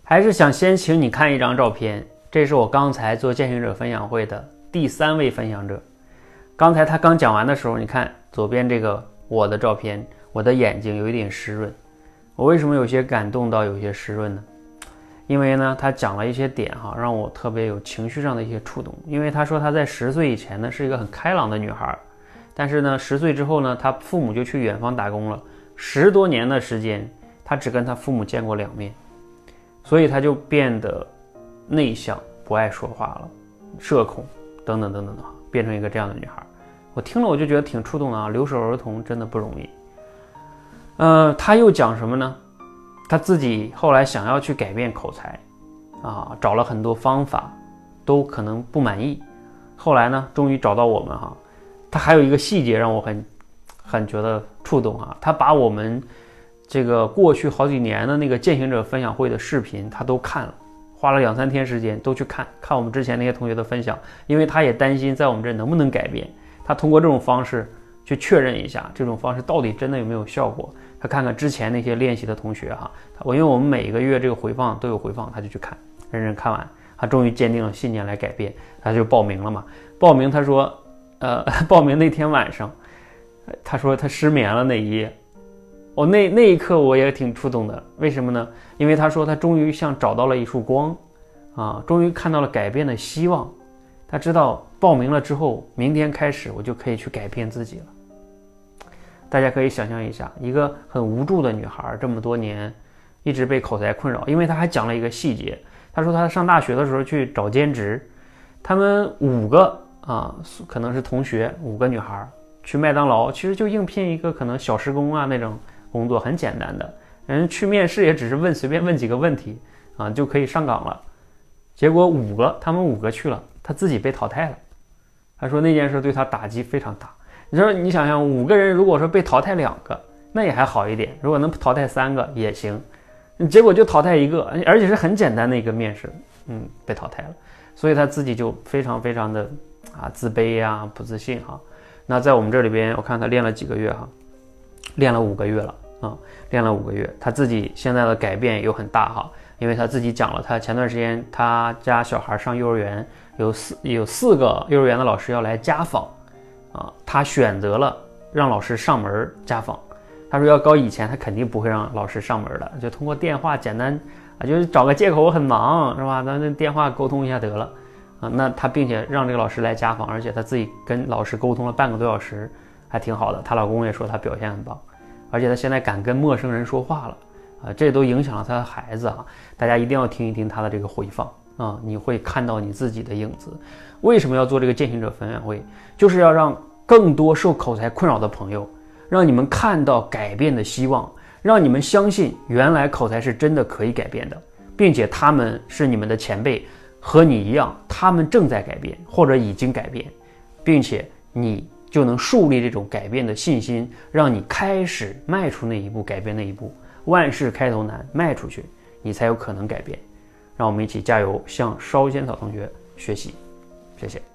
还是想先请你看一张照片，这是我刚才做践行者分享会的第3位分享者。刚才他刚讲完的时候，你看左边这个我的照片，我的眼睛有一点湿润。我为什么有些感动到有些湿润呢？因为呢，他讲了一些点让我特别有情绪上的一些触动。因为他说他在10岁以前呢是一个很开朗的女孩，但是呢10岁之后呢，他父母就去远方打工了，10多年的时间，他只跟他父母见过2面，所以他就变得内向，不爱说话了，社恐等等等等的，变成一个这样的女孩。我听了我就觉得挺触动的啊，留守儿童真的不容易。他又讲什么呢？他自己后来想要去改变口才找了很多方法，都可能不满意。后来呢，终于找到我们他还有一个细节让我很觉得触动他把我们这个过去好几年的那个践行者分享会的视频他都看了，花了2-3天时间都去看我们之前那些同学的分享，因为他也担心在我们这能不能改变，他通过这种方式去确认一下这种方式到底真的有没有效果。他看看之前那些练习的同学因为我们每个月这个回放都有回放，他就去看，认真看完，他终于坚定了信念来改变，他就报名了嘛。报名他说报名那天晚上，他说他失眠了那一夜。那一刻我也挺触动的。为什么呢？因为他说他终于像找到了一束光终于看到了改变的希望。他知道报名了之后，明天开始我就可以去改变自己了。大家可以想象一下，一个很无助的女孩，这么多年一直被口才困扰。因为他还讲了一个细节，他说他上大学的时候去找兼职，他们5个可能是同学，5个女孩去麦当劳，其实就应聘一个可能小时工那种工作，很简单的，人去面试也只是随便问几个问题就可以上岗了。结果他们5个去了，他自己被淘汰了。他说那件事对他打击非常大。你说你想想，5个人如果说被淘汰2个，那也还好一点，如果能淘汰3个也行，结果就淘汰1个，而且是很简单的一个面试，被淘汰了。所以他自己就非常非常的自卑不自信那在我们这里边，我看他练了几个月练了5个月了练了5个月，他自己现在的改变有很大因为他自己讲了，他前段时间他家小孩上幼儿园，有4个幼儿园的老师要来家访他选择了让老师上门家访。他说要高以前他肯定不会让老师上门的，就通过电话简单就是找个借口我很忙是吧，那电话沟通一下得了那他并且让这个老师来家访，而且他自己跟老师沟通了半个多小时，还挺好的。她老公也说他表现很棒，而且他现在敢跟陌生人说话了这都影响了他的孩子大家一定要听一听他的这个回放你会看到你自己的影子。为什么要做这个践行者分享会？就是要让更多受口才困扰的朋友，让你们看到改变的希望，让你们相信原来口才是真的可以改变的，并且他们是你们的前辈，和你一样，他们正在改变或者已经改变，并且你就能树立这种改变的信心，让你开始迈出那一步，改变那一步。万事开头难，迈出去你才有可能改变。让我们一起加油，向烧仙草同学学习。谢谢。